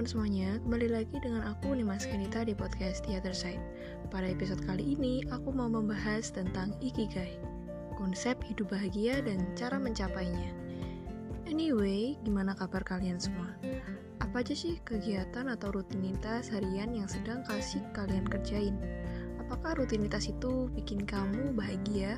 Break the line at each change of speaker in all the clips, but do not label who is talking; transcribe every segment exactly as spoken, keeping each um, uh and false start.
teman-teman semuanya, kembali lagi dengan aku Nimas Kenita di podcast The Other Side. Pada episode kali ini, aku mau membahas tentang Ikigai, konsep hidup bahagia dan cara mencapainya. Anyway, gimana kabar kalian semua? Apa aja sih kegiatan atau rutinitas harian yang sedang kasih kalian kerjain? Apakah rutinitas itu bikin kamu bahagia?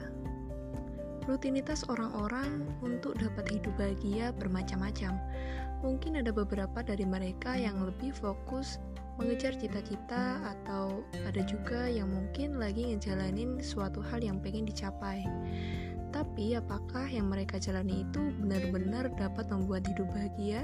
Rutinitas orang-orang untuk dapat hidup bahagia bermacam-macam. Mungkin ada beberapa dari mereka yang lebih fokus mengejar cita-cita, atau ada juga yang mungkin lagi ngejalanin suatu hal yang pengen dicapai. Tapi apakah yang mereka jalani itu benar-benar dapat membuat hidup bahagia?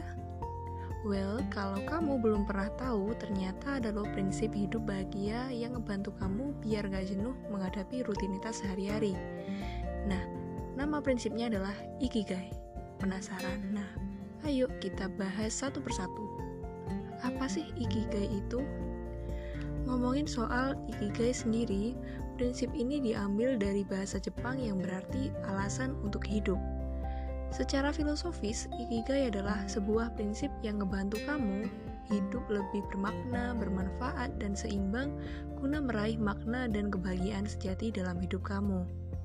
Well, kalau kamu belum pernah tahu, ternyata ada loh prinsip hidup bahagia yang ngebantu kamu biar gak jenuh menghadapi rutinitas sehari-hari. Nah, nama prinsipnya adalah Ikigai. Penasaran? Nah, ayo kita bahas satu persatu. Apa sih Ikigai itu? Ngomongin soal Ikigai sendiri, prinsip ini diambil dari bahasa Jepang yang berarti alasan untuk hidup. Secara filosofis, Ikigai adalah sebuah prinsip yang ngebantu kamu hidup lebih bermakna, bermanfaat, dan seimbang guna meraih makna dan kebahagiaan sejati dalam hidup kamu.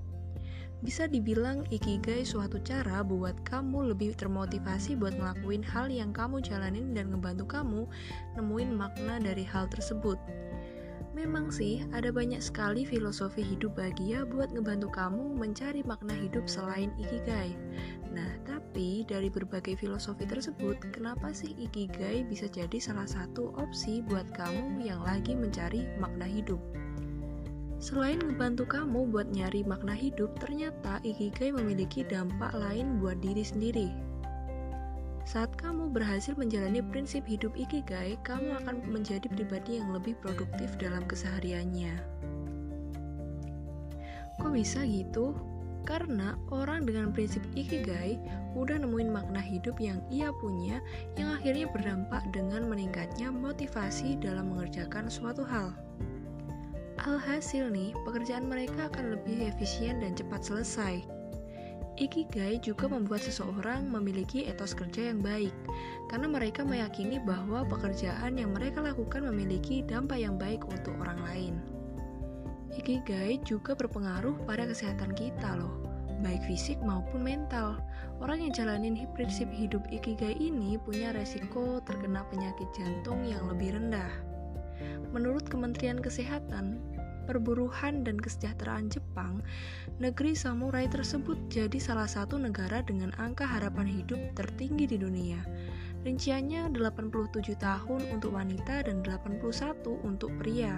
Bisa dibilang Ikigai suatu cara buat kamu lebih termotivasi buat ngelakuin hal yang kamu jalanin dan ngebantu kamu nemuin makna dari hal tersebut. Memang sih, ada banyak sekali filosofi hidup bahagia buat ngebantu kamu mencari makna hidup selain Ikigai. Nah, tapi dari berbagai filosofi tersebut, kenapa sih Ikigai bisa jadi salah satu opsi buat kamu yang lagi mencari makna hidup? Selain ngebantu kamu buat nyari makna hidup, ternyata Ikigai memiliki dampak lain buat diri sendiri. Saat kamu berhasil menjalani prinsip hidup Ikigai, kamu akan menjadi pribadi yang lebih produktif dalam kesehariannya. Kok bisa gitu? Karena orang dengan prinsip Ikigai udah nemuin makna hidup yang ia punya, yang akhirnya berdampak dengan meningkatnya motivasi dalam mengerjakan suatu hal. Alhasil nih, pekerjaan mereka akan lebih efisien dan cepat selesai. Ikigai juga membuat seseorang memiliki etos kerja yang baik, karena mereka meyakini bahwa pekerjaan yang mereka lakukan memiliki dampak yang baik untuk orang lain. Ikigai juga berpengaruh pada kesehatan kita loh, baik fisik maupun mental. Orang yang jalanin prinsip hidup Ikigai ini punya resiko terkena penyakit jantung yang lebih rendah. Menurut Kementerian Kesehatan, Perburuhan dan Kesejahteraan Jepang, negeri samurai tersebut jadi salah satu negara dengan angka harapan hidup tertinggi di dunia. Rinciannya delapan puluh tujuh tahun untuk wanita dan delapan puluh satu untuk pria.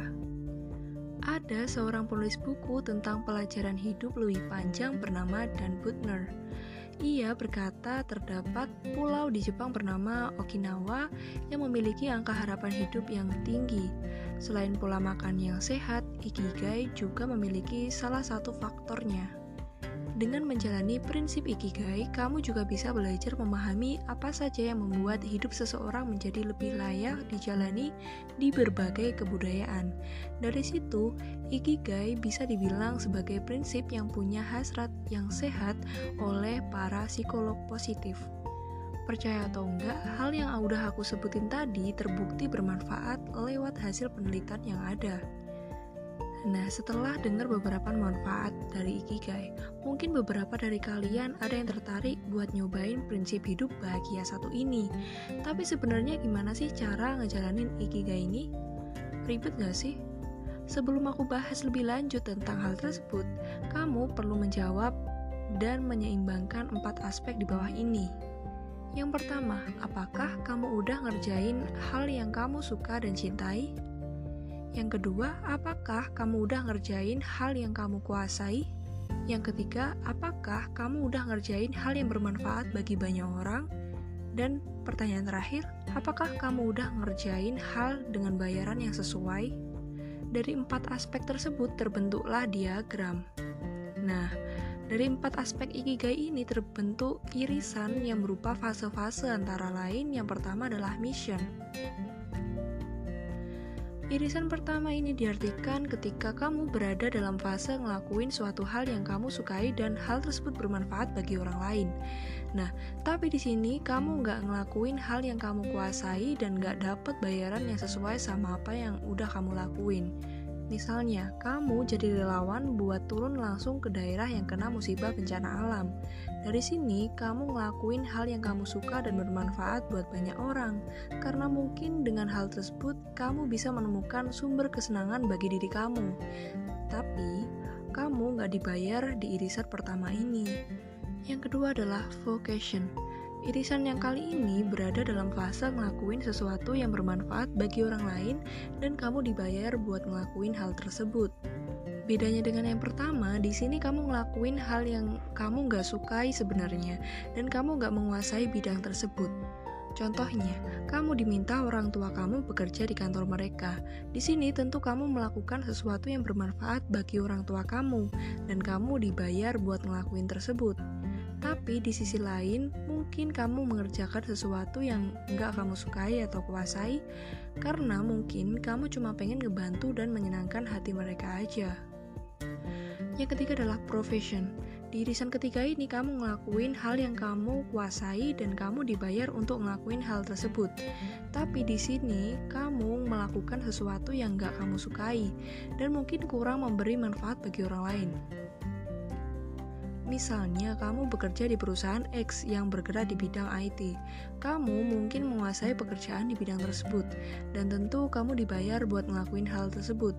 Ada seorang penulis buku tentang pelajaran hidup lebih panjang bernama Dan Buettner. Ia berkata terdapat pulau di Jepang bernama Okinawa yang memiliki angka harapan hidup yang tinggi. Selain pola makan yang sehat, Ikigai juga memiliki salah satu faktornya. Dengan menjalani prinsip Ikigai, kamu juga bisa belajar memahami apa saja yang membuat hidup seseorang menjadi lebih layak dijalani di berbagai kebudayaan. Dari situ, Ikigai bisa dibilang sebagai prinsip yang punya hasrat yang sehat oleh para psikolog positif. Percaya atau enggak, hal yang udah aku sebutin tadi terbukti bermanfaat lewat hasil penelitian yang ada. Nah, setelah dengar beberapa manfaat dari Ikigai, mungkin beberapa dari kalian ada yang tertarik buat nyobain prinsip hidup bahagia satu ini. Tapi sebenarnya gimana sih cara ngejalanin Ikigai ini? Ribet gak sih? Sebelum aku bahas lebih lanjut tentang hal tersebut, kamu perlu menjawab dan menyeimbangkan empat aspek di bawah ini. Yang pertama, apakah kamu udah ngerjain hal yang kamu suka dan cintai? Yang kedua, apakah kamu udah ngerjain hal yang kamu kuasai? Yang ketiga, apakah kamu udah ngerjain hal yang bermanfaat bagi banyak orang? Dan pertanyaan terakhir, apakah kamu udah ngerjain hal dengan bayaran yang sesuai? Dari empat aspek tersebut terbentuklah diagram. Nah, dari empat aspek Ikigai ini terbentuk irisan yang berupa fase-fase, antara lain yang pertama adalah mission. Irisan pertama ini diartikan ketika kamu berada dalam fase ngelakuin suatu hal yang kamu sukai dan hal tersebut bermanfaat bagi orang lain. Nah, tapi di sini kamu nggak ngelakuin hal yang kamu kuasai dan nggak dapet bayaran yang sesuai sama apa yang udah kamu lakuin. Misalnya, kamu jadi relawan buat turun langsung ke daerah yang kena musibah bencana alam. Dari sini, kamu ngelakuin hal yang kamu suka dan bermanfaat buat banyak orang. Karena mungkin dengan hal tersebut, kamu bisa menemukan sumber kesenangan bagi diri kamu. Tapi, kamu nggak dibayar di irisan pertama ini. Yang kedua adalah vocation. Irisan yang kali ini berada dalam fase ngelakuin sesuatu yang bermanfaat bagi orang lain dan kamu dibayar buat ngelakuin hal tersebut. Bedanya dengan yang pertama, di sini kamu ngelakuin hal yang kamu nggak sukai sebenarnya dan kamu nggak menguasai bidang tersebut. Contohnya, kamu diminta orang tua kamu bekerja di kantor mereka. Di sini tentu kamu melakukan sesuatu yang bermanfaat bagi orang tua kamu dan kamu dibayar buat ngelakuin tersebut. Tapi di sisi lain, mungkin kamu mengerjakan sesuatu yang nggak kamu sukai atau kuasai, karena mungkin kamu cuma pengen ngebantu dan menyenangkan hati mereka aja. Yang ketiga adalah profession. Di irisan ketiga ini kamu ngelakuin hal yang kamu kuasai dan kamu dibayar untuk ngelakuin hal tersebut. Tapi di sini kamu melakukan sesuatu yang nggak kamu sukai dan mungkin kurang memberi manfaat bagi orang lain. Misalnya, kamu bekerja di perusahaan X yang bergerak di bidang I T. Kamu mungkin menguasai pekerjaan di bidang tersebut, dan tentu kamu dibayar buat ngelakuin hal tersebut.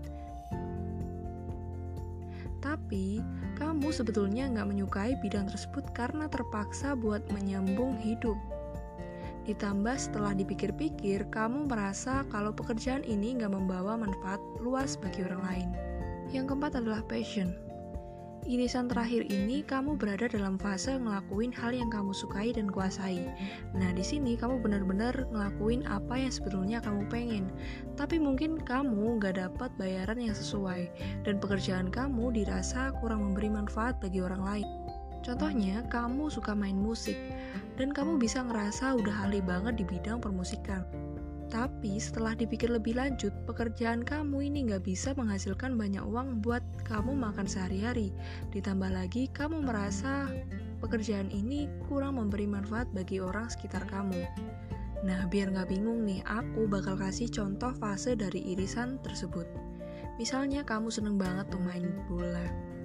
Tapi, kamu sebetulnya nggak menyukai bidang tersebut karena terpaksa buat menyambung hidup. Ditambah setelah dipikir-pikir, kamu merasa kalau pekerjaan ini nggak membawa manfaat luas bagi orang lain. Yang keempat adalah passion. Irisan terakhir ini kamu berada dalam fase ngelakuin hal yang kamu sukai dan kuasai. Nah, di sini kamu benar-benar ngelakuin apa yang sebetulnya kamu pengen. Tapi mungkin kamu gak dapat bayaran yang sesuai dan pekerjaan kamu dirasa kurang memberi manfaat bagi orang lain. Contohnya, kamu suka main musik dan kamu bisa ngerasa udah ahli banget di bidang permusikan. Tapi setelah dipikir lebih lanjut, pekerjaan kamu ini nggak bisa menghasilkan banyak uang buat kamu makan sehari-hari. Ditambah lagi, kamu merasa pekerjaan ini kurang memberi manfaat bagi orang sekitar kamu. Nah, biar nggak bingung nih, aku bakal kasih contoh fase dari irisan tersebut. Misalnya kamu seneng banget tuh main bola.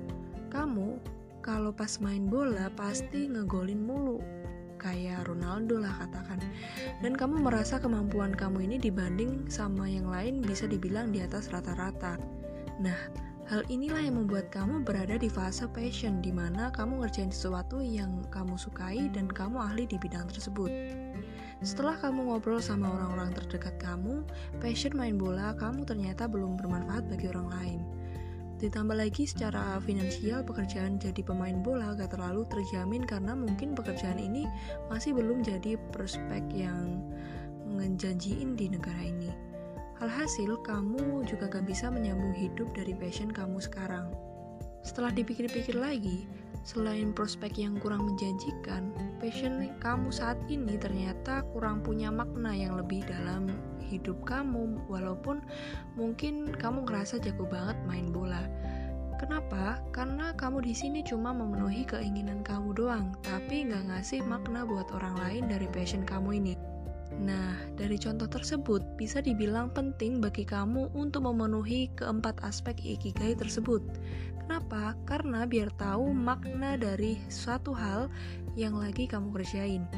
Kamu, kalau pas main bola pasti ngegolin mulu. Kayak Ronaldo lah katakan. Dan kamu merasa kemampuan kamu ini dibanding sama yang lain bisa dibilang di atas rata-rata. Nah, hal inilah yang membuat kamu berada di fase passion, di mana kamu ngerjain sesuatu yang kamu sukai dan kamu ahli di bidang tersebut. Setelah kamu ngobrol sama orang-orang terdekat kamu, passion main bola kamu ternyata belum bermanfaat bagi orang lain. Ditambah lagi secara finansial, pekerjaan jadi pemain bola gak terlalu terjamin karena mungkin pekerjaan ini masih belum jadi prospek yang ngejanjiin di negara ini. Alhasil, kamu juga gak bisa menyambung hidup dari passion kamu sekarang. Setelah dipikir-pikir lagi, selain prospek yang kurang menjanjikan, passion kamu saat ini ternyata kurang punya makna yang lebih dalam hidup kamu, walaupun mungkin kamu ngerasa jago banget main bola. Kenapa? Karena kamu di sini cuma memenuhi keinginan kamu doang, tapi nggak ngasih makna buat orang lain dari passion kamu ini. Nah, dari contoh tersebut bisa dibilang penting bagi kamu untuk memenuhi keempat aspek ikigai tersebut. Kenapa? Karena biar tahu makna dari suatu hal yang lagi kamu kerjain.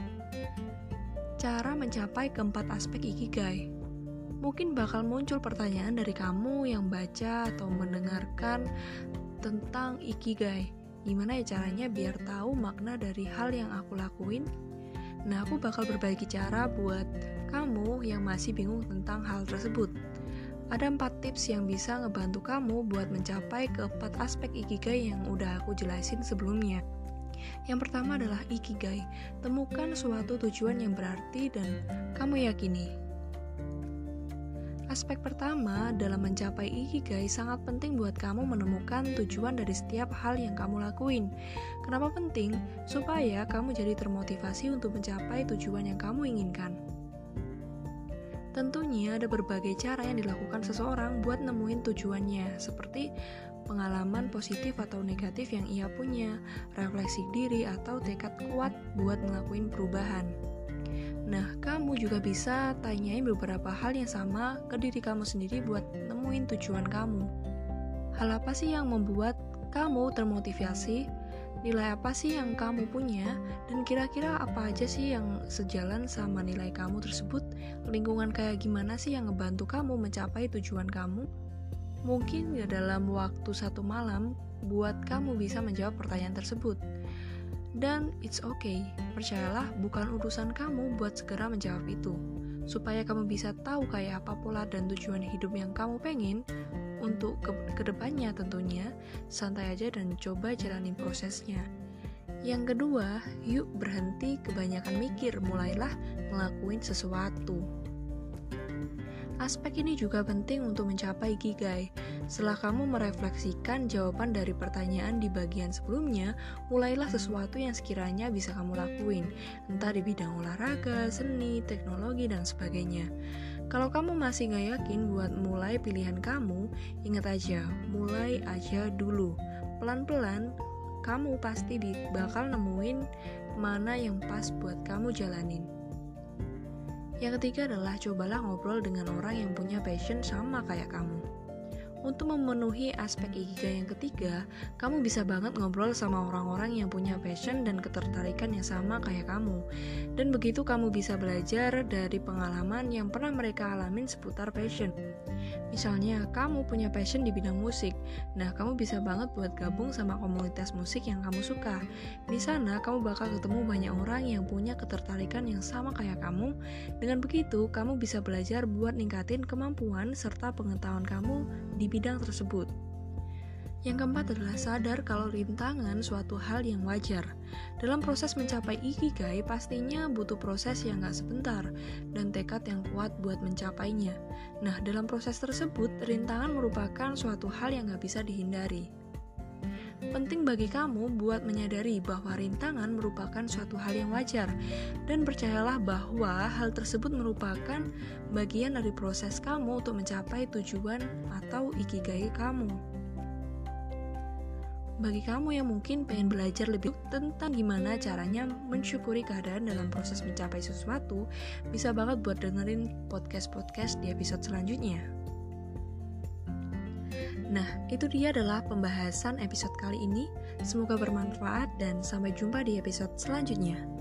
Cara mencapai keempat aspek ikigai. Mungkin bakal muncul pertanyaan dari kamu yang baca atau mendengarkan tentang ikigai. Gimana ya caranya biar tahu makna dari hal yang aku lakuin? Nah, aku bakal berbagi cara buat kamu yang masih bingung tentang hal tersebut. Ada empat tips yang bisa ngebantu kamu buat mencapai keempat aspek ikigai yang udah aku jelasin sebelumnya. Yang pertama adalah ikigai. Temukan suatu tujuan yang berarti dan kamu yakini. Aspek pertama dalam mencapai ikigai sangat penting buat kamu menemukan tujuan dari setiap hal yang kamu lakuin. Kenapa penting? Supaya kamu jadi termotivasi untuk mencapai tujuan yang kamu inginkan. Tentunya ada berbagai cara yang dilakukan seseorang buat nemuin tujuannya, seperti pengalaman positif atau negatif yang ia punya, refleksi diri atau tekad kuat buat ngelakuin perubahan. Nah, kamu juga bisa tanyain beberapa hal yang sama ke diri kamu sendiri buat nemuin tujuan kamu. Hal apa sih yang membuat kamu termotivasi? Nilai apa sih yang kamu punya? Dan kira-kira apa aja sih yang sejalan sama nilai kamu tersebut? Lingkungan kayak gimana sih yang ngebantu kamu mencapai tujuan kamu? Mungkin ya dalam waktu satu malam buat kamu bisa menjawab pertanyaan tersebut. Dan it's okay, percayalah bukan urusan kamu buat segera menjawab itu. Supaya kamu bisa tahu kayak apa pola dan tujuan hidup yang kamu pengen, untuk ke kedepannya tentunya, santai aja dan coba jalanin prosesnya. Yang kedua, yuk berhenti kebanyakan mikir, mulailah ngelakuin sesuatu. Aspek ini juga penting untuk mencapai ikigai. Setelah kamu merefleksikan jawaban dari pertanyaan di bagian sebelumnya, mulailah sesuatu yang sekiranya bisa kamu lakuin, entah di bidang olahraga, seni, teknologi, dan sebagainya. Kalau kamu masih gak yakin buat mulai pilihan kamu, ingat aja, mulai aja dulu. Pelan-pelan, kamu pasti bakal nemuin mana yang pas buat kamu jalanin. Yang ketiga adalah cobalah ngobrol dengan orang yang punya passion sama kayak kamu. Untuk memenuhi aspek ikigai yang ketiga, kamu bisa banget ngobrol sama orang-orang yang punya passion dan ketertarikan yang sama kayak kamu. Dan begitu kamu bisa belajar dari pengalaman yang pernah mereka alamin seputar passion. Misalnya, kamu punya passion di bidang musik. Nah, kamu bisa banget buat gabung sama komunitas musik yang kamu suka. Di sana, kamu bakal ketemu banyak orang yang punya ketertarikan yang sama kayak kamu. Dengan begitu, kamu bisa belajar buat ningkatin kemampuan serta pengetahuan kamu di bidang tersebut. Yang keempat adalah sadar kalau rintangan suatu hal yang wajar. Dalam proses mencapai ikigai pastinya butuh proses yang gak sebentar dan tekad yang kuat buat mencapainya. Nah, dalam proses tersebut, rintangan merupakan suatu hal yang gak bisa dihindari. Penting bagi kamu buat menyadari bahwa rintangan merupakan suatu hal yang wajar dan percayalah bahwa hal tersebut merupakan bagian dari proses kamu untuk mencapai tujuan atau ikigai kamu. Bagi kamu yang mungkin pengen belajar lebih tentang gimana caranya mensyukuri keadaan dalam proses mencapai sesuatu, bisa banget buat dengerin podcast-podcast di episode selanjutnya. Nah, itu dia adalah pembahasan episode kali ini. Semoga bermanfaat dan sampai jumpa di episode selanjutnya.